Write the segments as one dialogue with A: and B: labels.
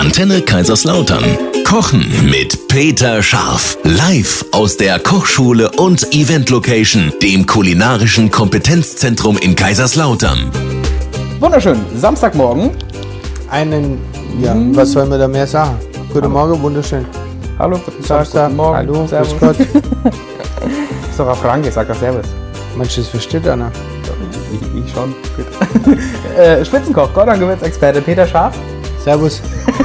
A: Antenne Kaiserslautern. Kochen mit Peter Scharf. Live aus der Kochschule und Event Location, dem kulinarischen Kompetenzzentrum in Kaiserslautern.
B: Wunderschön, Samstagmorgen.
C: Was soll man da mehr sagen? Guten Morgen, wunderschön.
B: Hallo, guten Tag, guten Morgen.
C: Hallo,
B: Servus.
C: grüß Gott.
B: Ist doch auf Franke, sag doch Servus.
C: Mensch, das versteht einer.
B: Ich schon. Spitzenkoch, Gott- und Gewürzexperte Peter Scharf.
C: Servus.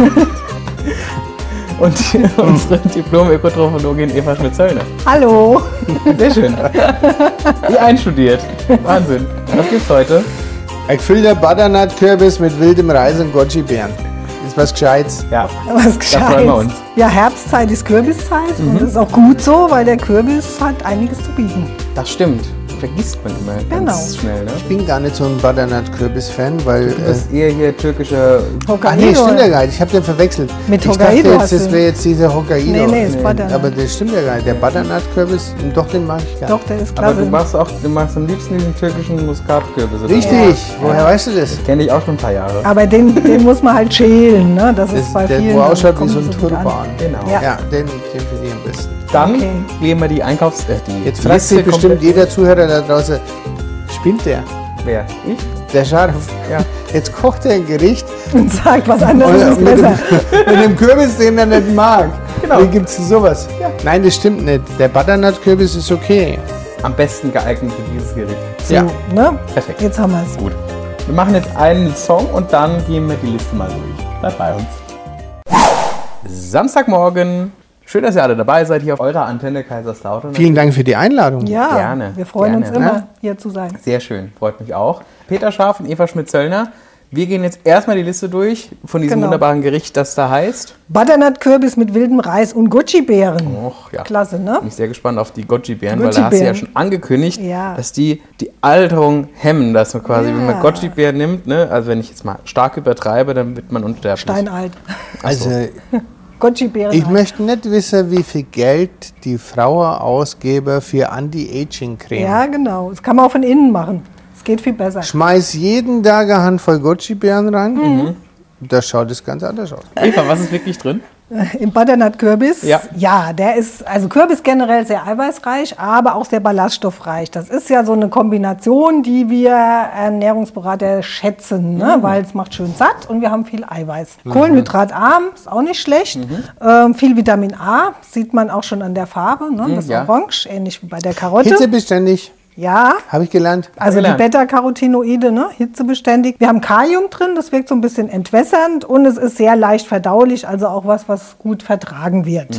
B: Und unsere Diplom-Ökotrophologin Eva Schmidt-Zöllner.
D: Hallo.
B: Sehr schön. Wie einstudiert. Wahnsinn. Was gibt's heute?
C: Ein gefüllter Butternut-Kürbis mit wildem Reis und Goji-Beeren. Ist was Gescheites.
B: Ja,
D: Was
B: da freuen wir
D: Gescheites.
B: uns.
D: Ja, Herbstzeit ist Kürbiszeit und das ist auch gut so, weil der Kürbis hat einiges zu bieten.
B: Das stimmt. Vergisst man immer ganz schnell, ne?
C: Ich bin gar nicht so ein Butternut-Kürbis-Fan, weil...
B: Du bist eher hier türkische...
C: nee, stimmt ja gar nicht. Ich habe den verwechselt.
D: Mit
C: Ich
D: Hokkaido
C: dachte
D: hast
C: jetzt, das
D: du-
C: wäre jetzt dieser Hokkaido.
D: Nee, ist Butternut.
C: Aber das stimmt ja gar nicht. Der Butternut-Kürbis, doch, den mag ich gerne.
D: Doch, der ist
B: Aber
D: klasse.
B: du magst am liebsten diesen türkischen Muskatkürbis. oder?
C: Richtig. Woher weißt du das?
B: Kenne ich auch schon ein paar Jahre.
D: Aber den muss man halt schälen, ne? Das ist bei
C: Der,
D: vielen...
C: wo ausschaut wie
D: kommt
C: so ein
D: nicht gut an.
C: Turban.
B: Genau.
D: Ja.
C: Ja, den finde ich am besten.
B: Dann
D: Okay.
B: gehen wir die die
C: Jetzt fragt
B: Liste
C: sich bestimmt
B: komplett-
C: jeder Zuhörer da draußen, spielt der?
B: Wer? Ich?
C: Der Scharf.
B: Ja.
C: Jetzt kocht er ein Gericht
D: Und sagt, was anderes ist
C: mit
D: besser.
C: mit dem Kürbis, den er nicht mag.
B: Genau.
C: Wie gibt's denn sowas?
B: Ja.
C: Nein, das stimmt nicht. Der Butternut-Kürbis ist okay.
B: Am besten geeignet für dieses Gericht.
D: So,
C: Ja.
D: ne?
B: Perfekt.
D: Jetzt haben wir es.
B: Gut. Wir machen jetzt einen Song und dann gehen wir die Liste mal durch. Bleibt bei uns. Samstagmorgen. Schön, dass ihr alle dabei seid hier auf eurer Antenne Kaiserslautern.
C: Vielen Dank für die Einladung.
D: Ja,
B: Gerne,
D: wir freuen
B: gerne,
D: uns immer,
C: ne?
D: hier zu sein.
B: Sehr schön, freut mich auch. Peter Scharf und Eva Schmidt-Zöllner. Wir gehen jetzt erstmal die Liste durch von diesem
D: Genau.
B: wunderbaren Gericht, das da heißt.
D: Butternut-Kürbis mit wildem Reis und Goji-Beeren.
B: Och, ja.
D: Klasse, ne?
B: Bin ich sehr gespannt auf die Goji-Beeren, weil da hast du ja
D: Goji-Beeren.
B: schon angekündigt,
D: Ja.
B: dass die Alterung hemmen, dass man quasi, wenn man
D: Ja.
B: Goji-Beeren nimmt, ne, also wenn ich jetzt mal stark übertreibe, dann wird man unsterblich.
D: Steinalt.
C: Also,
D: Goji-Beeren.
C: ich möchte nicht wissen, wie viel Geld die Frauen ausgeben für Anti-Aging-Creme.
D: Ja, genau. Das kann man auch von innen machen. Es geht viel besser.
C: Schmeiß jeden Tag eine Handvoll Goji-Beeren rein. Da schaut es ganz anders aus.
B: Eva, was ist wirklich drin?
D: Im Butternut-Kürbis,
B: Ja.
D: der ist, also Kürbis generell sehr eiweißreich, aber auch sehr ballaststoffreich. Das ist ja so eine Kombination, die wir Ernährungsberater schätzen, ne? Weil es macht schön satt und wir haben viel Eiweiß. Kohlenhydratarm, ist auch nicht schlecht. Viel Vitamin A, sieht man auch schon an der Farbe, ne? Das ist
B: ja.
D: orange, ähnlich wie bei der Karotte.
C: Hitzebeständig,
D: Ja,
C: habe ich gelernt.
D: also die
B: gelernt.
D: Beta-Carotinoide, ne, hitzebeständig. Wir haben Kalium drin, das wirkt so ein bisschen entwässernd und es ist sehr leicht verdaulich, also auch was gut vertragen wird.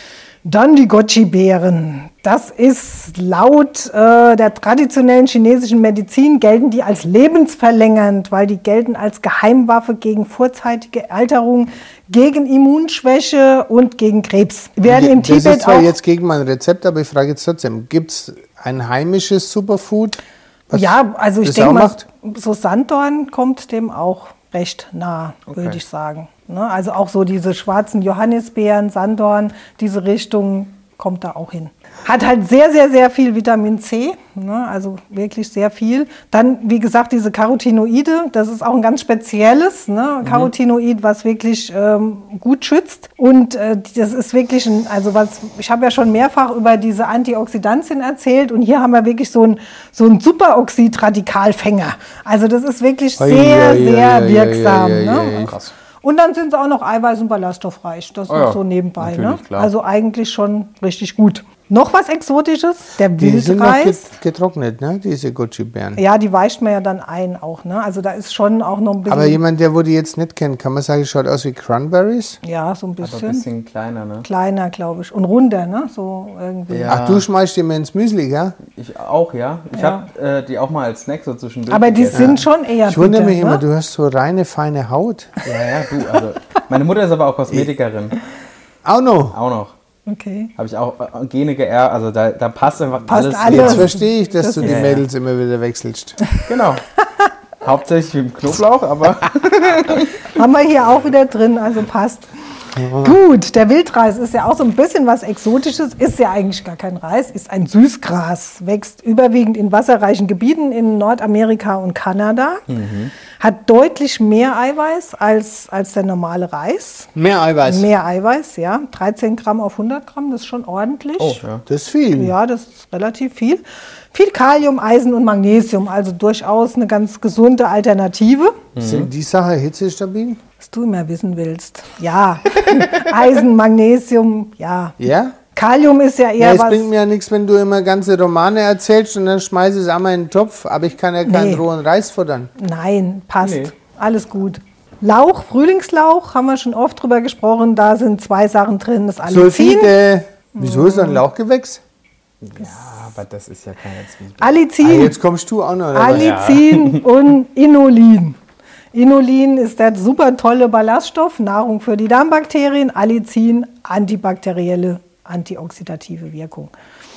D: Dann die Goji-Beeren. Das ist laut der traditionellen chinesischen Medizin gelten die als lebensverlängernd, weil die gelten als Geheimwaffe gegen vorzeitige Alterung, gegen Immunschwäche und gegen Krebs. Werden im
C: Das ist
D: Tibet
C: zwar
D: auch
C: jetzt gegen mein Rezept, aber ich frage jetzt trotzdem, gibt es ein heimisches Superfood? was
D: ja, also ich
C: das
D: denke
C: auch
D: mal,
C: macht?
D: so Sanddorn kommt dem auch recht nah, würde ich sagen. Ne? Also auch so diese schwarzen Johannisbeeren, Sanddorn, diese Richtung kommt da auch hin. Hat halt sehr, sehr, sehr viel Vitamin C, ne? Also wirklich sehr viel. Dann, wie gesagt, diese Carotinoide, das ist auch ein ganz spezielles Carotinoid, was wirklich gut schützt. Und das ist wirklich ich habe ja schon mehrfach über diese Antioxidantien erzählt und hier haben wir wirklich so ein Superoxid-Radikalfänger. Also das ist wirklich sehr, sehr wirksam. Ne?
B: Krass.
D: Und dann sind sie auch noch eiweiß- und ballaststoffreich. Das
B: ja,
D: noch so nebenbei. Ne?
B: natürlich, klar.
D: Also eigentlich schon richtig gut. Noch was Exotisches, der
C: Die sind noch
D: Wildreis.
C: getrocknet, ne? Diese Goji-Beeren.
D: Ja, die weicht man ja dann ein auch. Ne? Also da ist schon auch noch ein bisschen...
C: Aber jemand, der wo die jetzt nicht kennt, kann man sagen, schaut aus wie Cranberries?
D: ja, so ein
B: Aber
D: bisschen.
B: ein bisschen kleiner, ne?
D: Kleiner, glaube ich. Und runder, ne? So irgendwie.
B: Ja.
C: Ach, du schmeißt die mir ins Müsli, ja?
B: Ich auch, ja. Ich
D: Ja.
B: habe die auch mal als Snack so zwischendurch
D: Aber die
B: gegessen.
D: sind schon eher
C: Ich wundere
D: bitter,
C: mich immer,
D: ne?
C: du hast so reine, feine Haut.
B: Ja, du, also. Meine Mutter ist aber auch Kosmetikerin.
C: Auch noch.
B: Auch noch.
D: Okay.
B: Habe ich auch Gene geerbt, also da passt einfach
D: Passt
B: alles.
C: Jetzt
D: alles.
C: verstehe ich, dass
D: Das
C: du die
D: ist-
C: Mädels immer wieder wechselst.
B: Genau. Hauptsächlich mit dem Knoblauch, aber
D: Haben wir hier auch wieder drin, also passt. Gut, der Wildreis ist ja auch so ein bisschen was Exotisches, ist ja eigentlich gar kein Reis, ist ein Süßgras, wächst überwiegend in wasserreichen Gebieten in Nordamerika und Kanada, Hat deutlich mehr Eiweiß als der normale Reis.
C: Mehr Eiweiß.
D: Mehr Eiweiß, ja. 13 Gramm auf 100 Gramm, das ist schon ordentlich.
B: Oh, ja.
C: Das ist viel.
D: Ja, das ist relativ viel. Viel Kalium, Eisen und Magnesium, also durchaus eine ganz gesunde Alternative.
C: Sind die Sachen hitzestabil?
D: Was du immer wissen willst. Ja, Eisen, Magnesium, ja.
C: Ja?
D: Kalium ist ja eher
C: Ja, es
D: was...
C: bringt mir ja nichts, wenn du immer ganze Romane erzählst und dann schmeiß es einmal in den Topf, aber ich kann ja keinen
D: Nee.
C: rohen Reis futtern.
D: Nein, passt.
B: Nee.
D: Alles gut. Lauch, Frühlingslauch, haben wir schon oft drüber gesprochen. Da sind 2 Sachen drin. Das Allicin.
C: Sulfide. Wieso ist das ein Lauchgewächs?
B: Ja, aber das ist ja keine Zwiebel.
D: Allicin.
C: Jetzt kommst du auch noch. Oder was?
D: Allicin und Inulin. Inulin ist der super tolle Ballaststoff, Nahrung für die Darmbakterien. Allicin, antibakterielle, antioxidative Wirkung.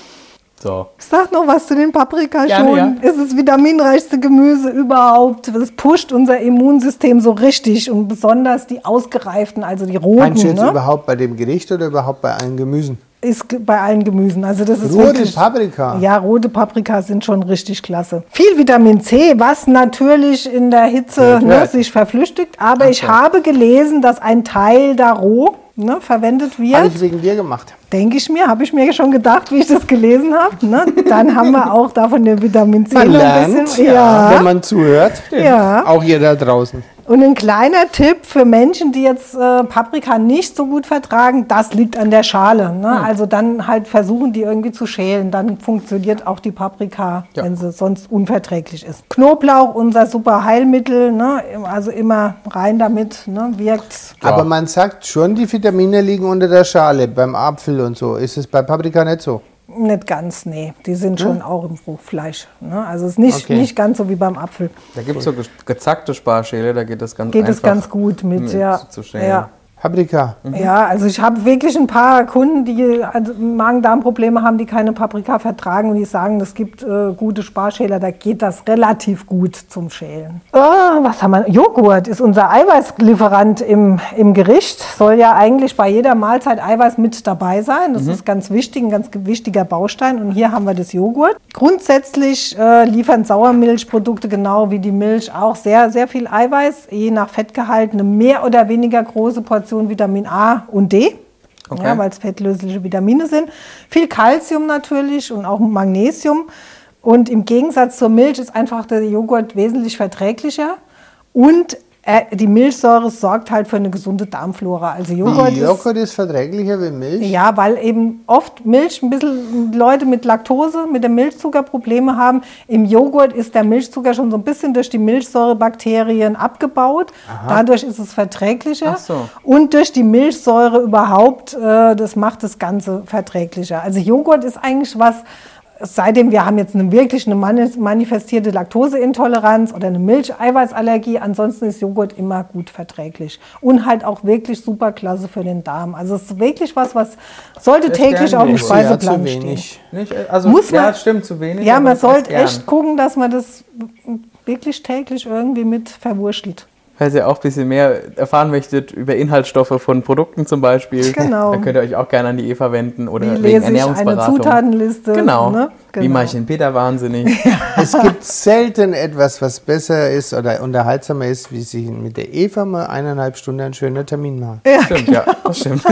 B: So.
D: Sag noch was zu den Paprika
B: Gerne,
D: schon.
B: ja.
D: Es ist das vitaminreichste Gemüse überhaupt. Es pusht unser Immunsystem so richtig und besonders die ausgereiften, also die roten.
C: Meinst du jetzt
D: Ne?
C: überhaupt bei dem Gericht oder überhaupt bei allen Gemüsen?
D: Ist bei allen Gemüsen. Also das ist
C: Rote
D: wirklich,
C: Paprika?
D: Ja, rote Paprika sind schon richtig klasse. Viel Vitamin C, was natürlich in der Hitze sich verflüchtigt. Aber ich habe gelesen, dass ein Teil da roh verwendet
C: Habe
D: wird.
C: ich wegen dir gemacht.
D: Denke ich mir, habe ich mir schon gedacht, wie ich das gelesen habe. Ne? Dann haben wir auch da von dem Vitamin C
C: Man
D: noch
C: lernt,
D: ein bisschen.
C: wenn man zuhört.
D: Ja.
C: Auch ihr da draußen.
D: Und ein kleiner Tipp für Menschen, die jetzt Paprika nicht so gut vertragen, das liegt an der Schale. Ne? Also dann halt versuchen, die irgendwie zu schälen. Dann funktioniert auch die Paprika, wenn sie sonst unverträglich ist. Knoblauch, unser super Heilmittel, ne? Also immer rein damit, ne? Wirkt.
B: Ja.
C: Aber man sagt schon, die Vitamine liegen unter der Schale, beim Apfel und so. Ist es bei Paprika nicht so?
D: Nicht ganz, nee. Die sind schon auch im Fruchtfleisch. Ne? Also es ist nicht ganz so wie beim Apfel.
B: Da gibt es so gezackte Sparschäle, da geht das ganz
D: Geht
B: einfach.
D: es ganz gut mit, ja.
B: zu schälen.
D: Ja.
C: Paprika.
D: Ja, also ich habe wirklich ein paar Kunden, die also Magen-Darm-Probleme haben, die keine Paprika vertragen und die sagen, es gibt gute Sparschäler, da geht das relativ gut zum Schälen. Was haben wir? Joghurt ist unser Eiweißlieferant im Gericht. Soll ja eigentlich bei jeder Mahlzeit Eiweiß mit dabei sein. Das ist ganz wichtig, ein ganz wichtiger Baustein. Und hier haben wir das Joghurt. Grundsätzlich liefern Sauermilchprodukte genau wie die Milch auch sehr, sehr viel Eiweiß, je nach Fettgehalt eine mehr oder weniger große Portion Vitamin A und D, ja, weil es fettlösliche Vitamine sind. Viel Kalzium natürlich und auch Magnesium. Und im Gegensatz zur Milch ist einfach der Joghurt wesentlich verträglicher. Und die Milchsäure sorgt halt für eine gesunde Darmflora. Also
C: Joghurt ist verträglicher wie Milch?
D: Ja, weil eben oft Milch, ein bisschen Leute mit Laktose, mit dem Milchzucker Probleme haben. Im Joghurt ist der Milchzucker schon so ein bisschen durch die Milchsäurebakterien abgebaut. Dadurch ist es verträglicher.
B: Ach so.
D: Und durch die Milchsäure überhaupt, das macht das Ganze verträglicher. Also Joghurt ist eigentlich was, seitdem wir haben jetzt eine manifestierte Laktoseintoleranz oder eine Milcheiweißallergie, ansonsten ist Joghurt immer gut verträglich und halt auch wirklich super klasse für den Darm. Also es ist wirklich was sollte
B: Das
D: täglich
B: gern
D: auf dem
B: Joghurt.
D: Speiseplan
C: zu
D: stehen.
C: wenig.
B: Nicht, also,
D: Muss man-
B: ja, stimmt, zu wenig.
D: Ja,
B: aber
D: man
B: ich
D: sollte
B: esse
D: echt gucken, dass man das wirklich täglich irgendwie mit verwurschtelt.
B: Falls ihr auch ein bisschen mehr erfahren möchtet über Inhaltsstoffe von Produkten zum Beispiel,
D: Genau.
B: dann könnt ihr euch auch gerne an die Eva wenden oder
D: Wie
B: wegen
D: lese ich eine
B: Ernährungsberatung.
D: Zutatenliste?
B: Genau.
D: Ne?
B: Wie mache ich den Peter wahnsinnig?
C: Es gibt selten etwas, was besser ist oder unterhaltsamer ist, wie sich mit der Eva mal 1,5 Stunden einen schönen Termin machen.
B: Stimmt, ja, das stimmt.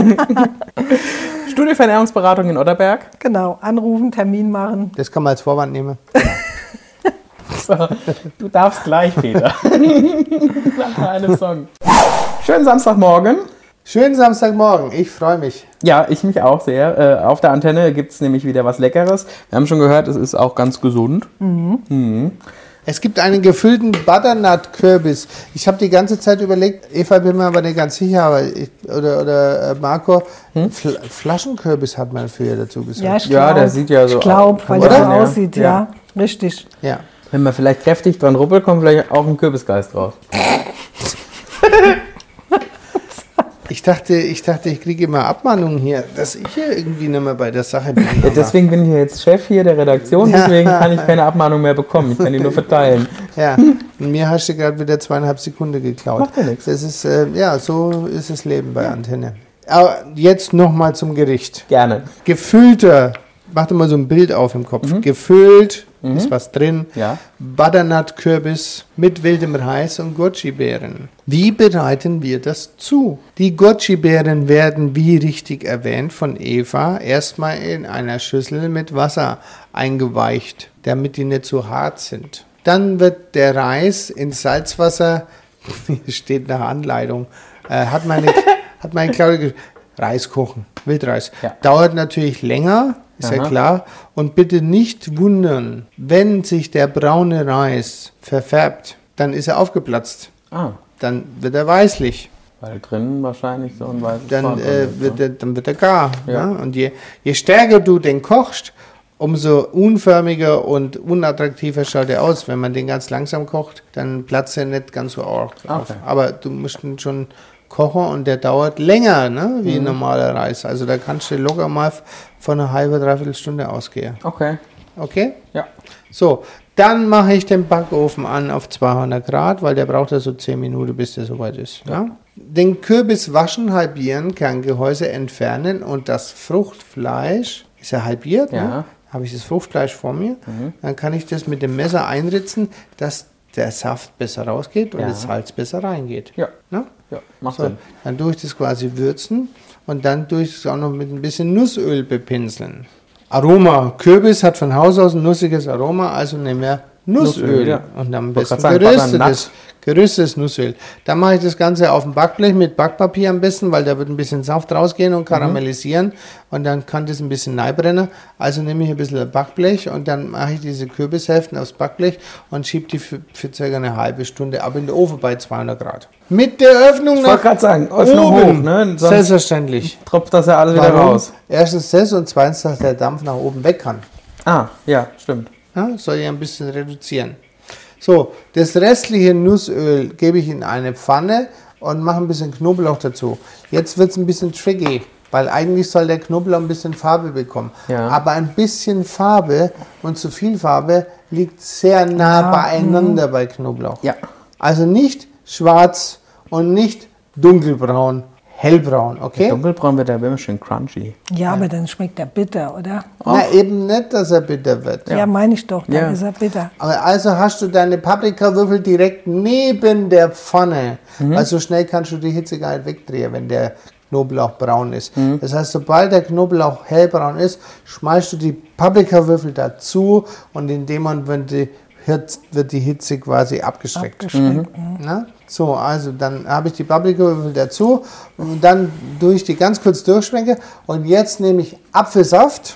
B: Studie für Ernährungsberatung in Otterberg.
D: Genau, anrufen, Termin machen.
C: Das kann man als Vorwand nehmen.
B: So, du darfst gleich, Peter. Nach einem Song. Schönen Samstagmorgen.
C: Schönen Samstagmorgen, ich freue mich.
B: Ja, ich mich auch sehr. Auf der Antenne gibt es nämlich wieder was Leckeres. Wir haben schon gehört, es ist auch ganz gesund.
C: Es gibt einen gefüllten Butternut-Kürbis. Ich habe die ganze Zeit überlegt, Eva, bin mir aber nicht ganz sicher, aber oder Marco, Flaschenkürbis hat man früher dazu gesagt.
D: Ja, ich
B: Ja,
D: glaub,
B: der sieht ja so
D: Ich glaube,
B: aus.
D: weil
B: Oder?
D: der so
B: Ja.
D: aussieht, ja. Richtig.
C: Ja.
B: Wenn man vielleicht kräftig dran ruppelt, kommt vielleicht auch ein Kürbisgeist raus.
C: Ich dachte, ich kriege immer Abmahnungen hier, dass ich hier irgendwie nicht mehr bei der Sache bin.
B: Ja, deswegen bin ich ja jetzt Chef hier der Redaktion, deswegen kann ich keine Abmahnung mehr bekommen. Ich kann die nur verteilen.
C: Ja, und mir hast du gerade wieder 2,5 Sekunden geklaut.
B: Macht ja nichts.
C: Das ist, ja, so ist das Leben bei Antenne. Aber jetzt nochmal zum Gericht.
B: Gerne.
C: Gefüllter, mach doch mal so ein Bild auf im Kopf. Gefüllt ist was drin.
B: Ja.
C: Butternut-Kürbis mit wildem Reis und Goji-Beeren. Wie bereiten wir das zu? Die Goji-Beeren werden, wie richtig erwähnt von Eva, erstmal in einer Schüssel mit Wasser eingeweicht, damit die nicht zu hart sind. Dann wird der Reis in Salzwasser, hier steht nach Anleitung, hat meine Claudia Reis kochen, Wildreis.
B: Ja.
C: Dauert natürlich länger, ist ja klar. Und bitte nicht wundern, wenn sich der braune Reis verfärbt, dann ist er aufgeplatzt. Dann wird er weißlich.
B: Weil drinnen wahrscheinlich so ein weißes
C: Dann,
B: Korn drin ist,
C: dann wird er gar.
B: Ja.
C: Ne? Und je stärker du den kochst, umso unförmiger und unattraktiver schaut er aus. Wenn man den ganz langsam kocht, dann platzt er nicht ganz so arg auf.
B: Okay.
C: Aber du musst ihn schon kochen und der dauert länger, ne? Wie ein normaler Reis. Also da kannst du locker mal von einer halben, dreiviertel Stunde ausgehen.
B: Okay.
C: Okay?
B: Ja.
C: So, dann mache ich den Backofen an auf 200 Grad, weil der braucht ja so 10 Minuten, bis der soweit ist. Ja? Den Kürbis waschen, halbieren, Kerngehäuse entfernen und das Fruchtfleisch, ist ja halbiert,
B: Ja.
C: ne? Habe ich das Fruchtfleisch vor mir, dann kann ich das mit dem Messer einritzen, dass der Saft besser rausgeht und
B: Ja.
C: das Salz besser reingeht.
B: Ja.
C: Ne?
B: Ja, macht
C: So,
B: Sinn.
C: dann tue ich das quasi würzen und dann tue ich es auch noch mit ein bisschen Nussöl bepinseln. Aroma. Kürbis hat von Haus aus ein nussiges Aroma, also nehmen wir Nussöl.
B: Nussöl, ja.
C: Und am
B: Wollte
C: besten
B: grad sagen,
C: geröstetes Nussöl. Dann mache ich das Ganze auf dem Backblech mit Backpapier am besten, weil da wird ein bisschen Saft rausgehen und karamellisieren und dann kann das ein bisschen neibrennen. Also nehme ich ein bisschen Backblech und dann mache ich diese Kürbishälften aufs Backblech und schiebe die für ca. eine halbe Stunde ab in den Ofen bei 200 Grad. Mit der Öffnung
B: Ich
C: nach
B: wollte gerade sagen, Öffnung hoch,
C: oben.
B: ne? Sonst
C: Selbstverständlich.
B: tropft das ja alles wieder
C: Warum?
B: raus.
C: Erstens das und zweitens, dass der Dampf nach oben weg kann.
B: Ja, stimmt.
C: Ja, soll ich ein bisschen reduzieren. So, das restliche Nussöl gebe ich in eine Pfanne und mache ein bisschen Knoblauch dazu. Jetzt wird es ein bisschen tricky, weil eigentlich soll der Knoblauch ein bisschen Farbe bekommen.
B: Ja.
C: Aber ein bisschen Farbe und zu viel Farbe liegt sehr nah beieinander bei Knoblauch.
B: Ja.
C: Also nicht schwarz und nicht dunkelbraun, hellbraun, okay?
B: Dunkelbraun wird der immer schön crunchy.
D: Ja, aber dann schmeckt er bitter, oder?
C: Na, eben nicht, dass er bitter wird.
D: Ja, meine ich doch, dann
B: Ja.
D: ist er bitter.
C: Aber also hast du deine Paprikawürfel direkt neben der Pfanne. Also schnell kannst du die Hitze gar nicht wegdrehen, wenn der Knoblauch braun ist. Das heißt, sobald der Knoblauch hellbraun ist, schmeißt du die Paprikawürfel dazu und in dem Moment wird die Hitze quasi abgeschreckt. Na? So, also dann habe ich die Paprikawürfel dazu und dann tue ich die ganz kurz durchschwenken und jetzt nehme ich Apfelsaft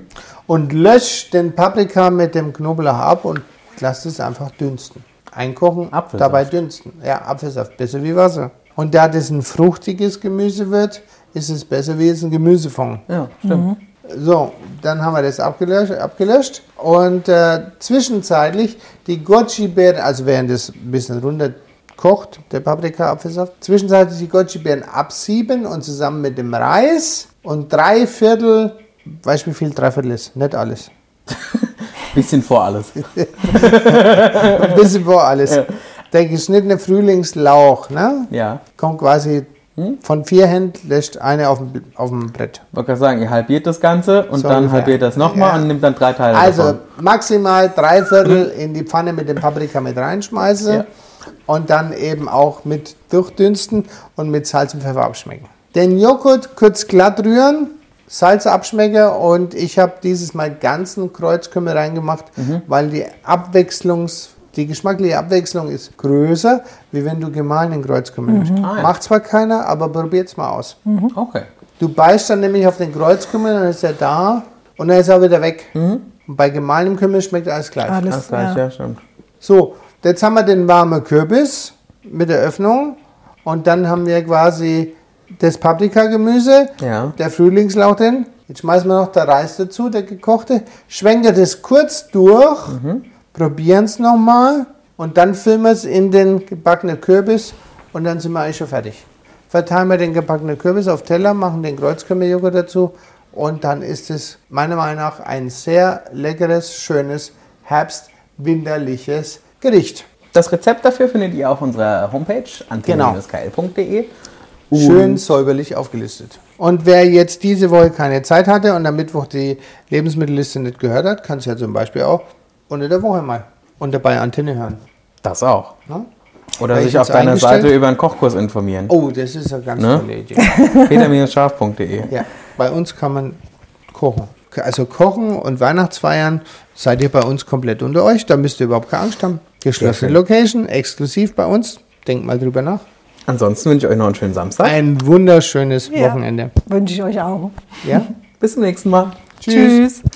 C: und lösche den Paprika mit dem Knoblauch ab und lasse es einfach dünsten. Einkochen,
B: Apfelsaft.
C: dabei dünsten. Ja, Apfelsaft, besser wie Wasser. Und da das ein fruchtiges Gemüse wird, ist es besser wie jetzt ein Gemüsefond.
B: Ja, stimmt.
C: So, dann haben wir das abgelöscht und zwischenzeitlich die Goji-Beeren, also während das ein bisschen runter kocht, der Paprika-Apfelsaft, zwischenzeitlich die Goji-Beeren absieben und zusammen mit dem Reis und 3/4, weißt du wie viel 3/4 ist? Nicht alles.
B: Bisschen vor alles.
C: Ein bisschen vor alles. Der geschnittene Frühlingslauch, ne?
B: Ja.
C: Kommt quasi von 4 Händen, lässt eine auf dem Brett.
B: Ich wollte gerade sagen, ihr halbiert das Ganze und
C: So
B: dann
C: ungefähr.
B: halbiert das nochmal
C: Ja.
B: und nimmt dann 3 Teile
C: Also
B: davon.
C: maximal 3/4 in die Pfanne mit dem Paprika mit reinschmeißen
B: Ja.
C: und dann eben auch mit durchdünsten und mit Salz und Pfeffer abschmecken. Den Joghurt kurz glatt rühren, Salz abschmecken und ich habe dieses Mal ganzen Kreuzkümmel reingemacht, weil die geschmackliche Abwechslung ist größer, wie wenn du gemahlenen Kreuzkümmel nimmst.
B: Ah, ja.
C: Macht zwar keiner, aber probiert's mal aus.
B: Okay.
C: Du beißt dann nämlich auf den Kreuzkümmel, dann ist er da und dann ist er auch wieder weg. Und bei gemahlenem Kümmel schmeckt alles gleich.
D: Alles,
B: Das gleich, ja, stimmt.
C: So, jetzt haben wir den warmen Kürbis mit der Öffnung und dann haben wir quasi das Paprikagemüse,
B: Ja.
C: der Frühlingslauch drin. Jetzt schmeißen wir noch der Reis dazu, der gekochte. Schwenken das kurz durch, probieren es nochmal und dann füllen wir es in den gebackenen Kürbis und dann sind wir eigentlich schon fertig. Verteilen wir den gebackenen Kürbis auf Teller, machen den Kreuzkümmeljoghurt dazu und dann ist es meiner Meinung nach ein sehr leckeres, schönes, herbstwinterliches Gericht.
B: Das Rezept dafür findet ihr auf unserer Homepage antenne-kl.de.
C: Schön säuberlich aufgelistet. Und wer jetzt diese Woche keine Zeit hatte und am Mittwoch die Lebensmittelliste nicht gehört hat, kann es ja zum Beispiel auch unter der Woche mal. Und dabei Antenne hören.
B: Das auch.
C: Ja?
B: Oder
C: Weil
B: sich
C: ich
B: auf
C: jetzt
B: deiner
C: eingestellt-
B: Seite über einen Kochkurs informieren.
C: Oh, das ist eine ganz
B: Ne?
C: tolle Idee.
B: peter-scharf.de.
C: Ja, bei uns kann man kochen. Also kochen und Weihnachtsfeiern seid ihr bei uns komplett unter euch. Da müsst ihr überhaupt keine Angst haben. Geschlossene
B: schön.
C: Location, exklusiv bei uns. Denkt mal drüber nach.
B: Ansonsten wünsche ich euch noch einen schönen Samstag.
C: Ein wunderschönes Wochenende.
D: Wünsche ich euch auch.
C: Ja?
B: Bis zum nächsten Mal.
C: Tschüss.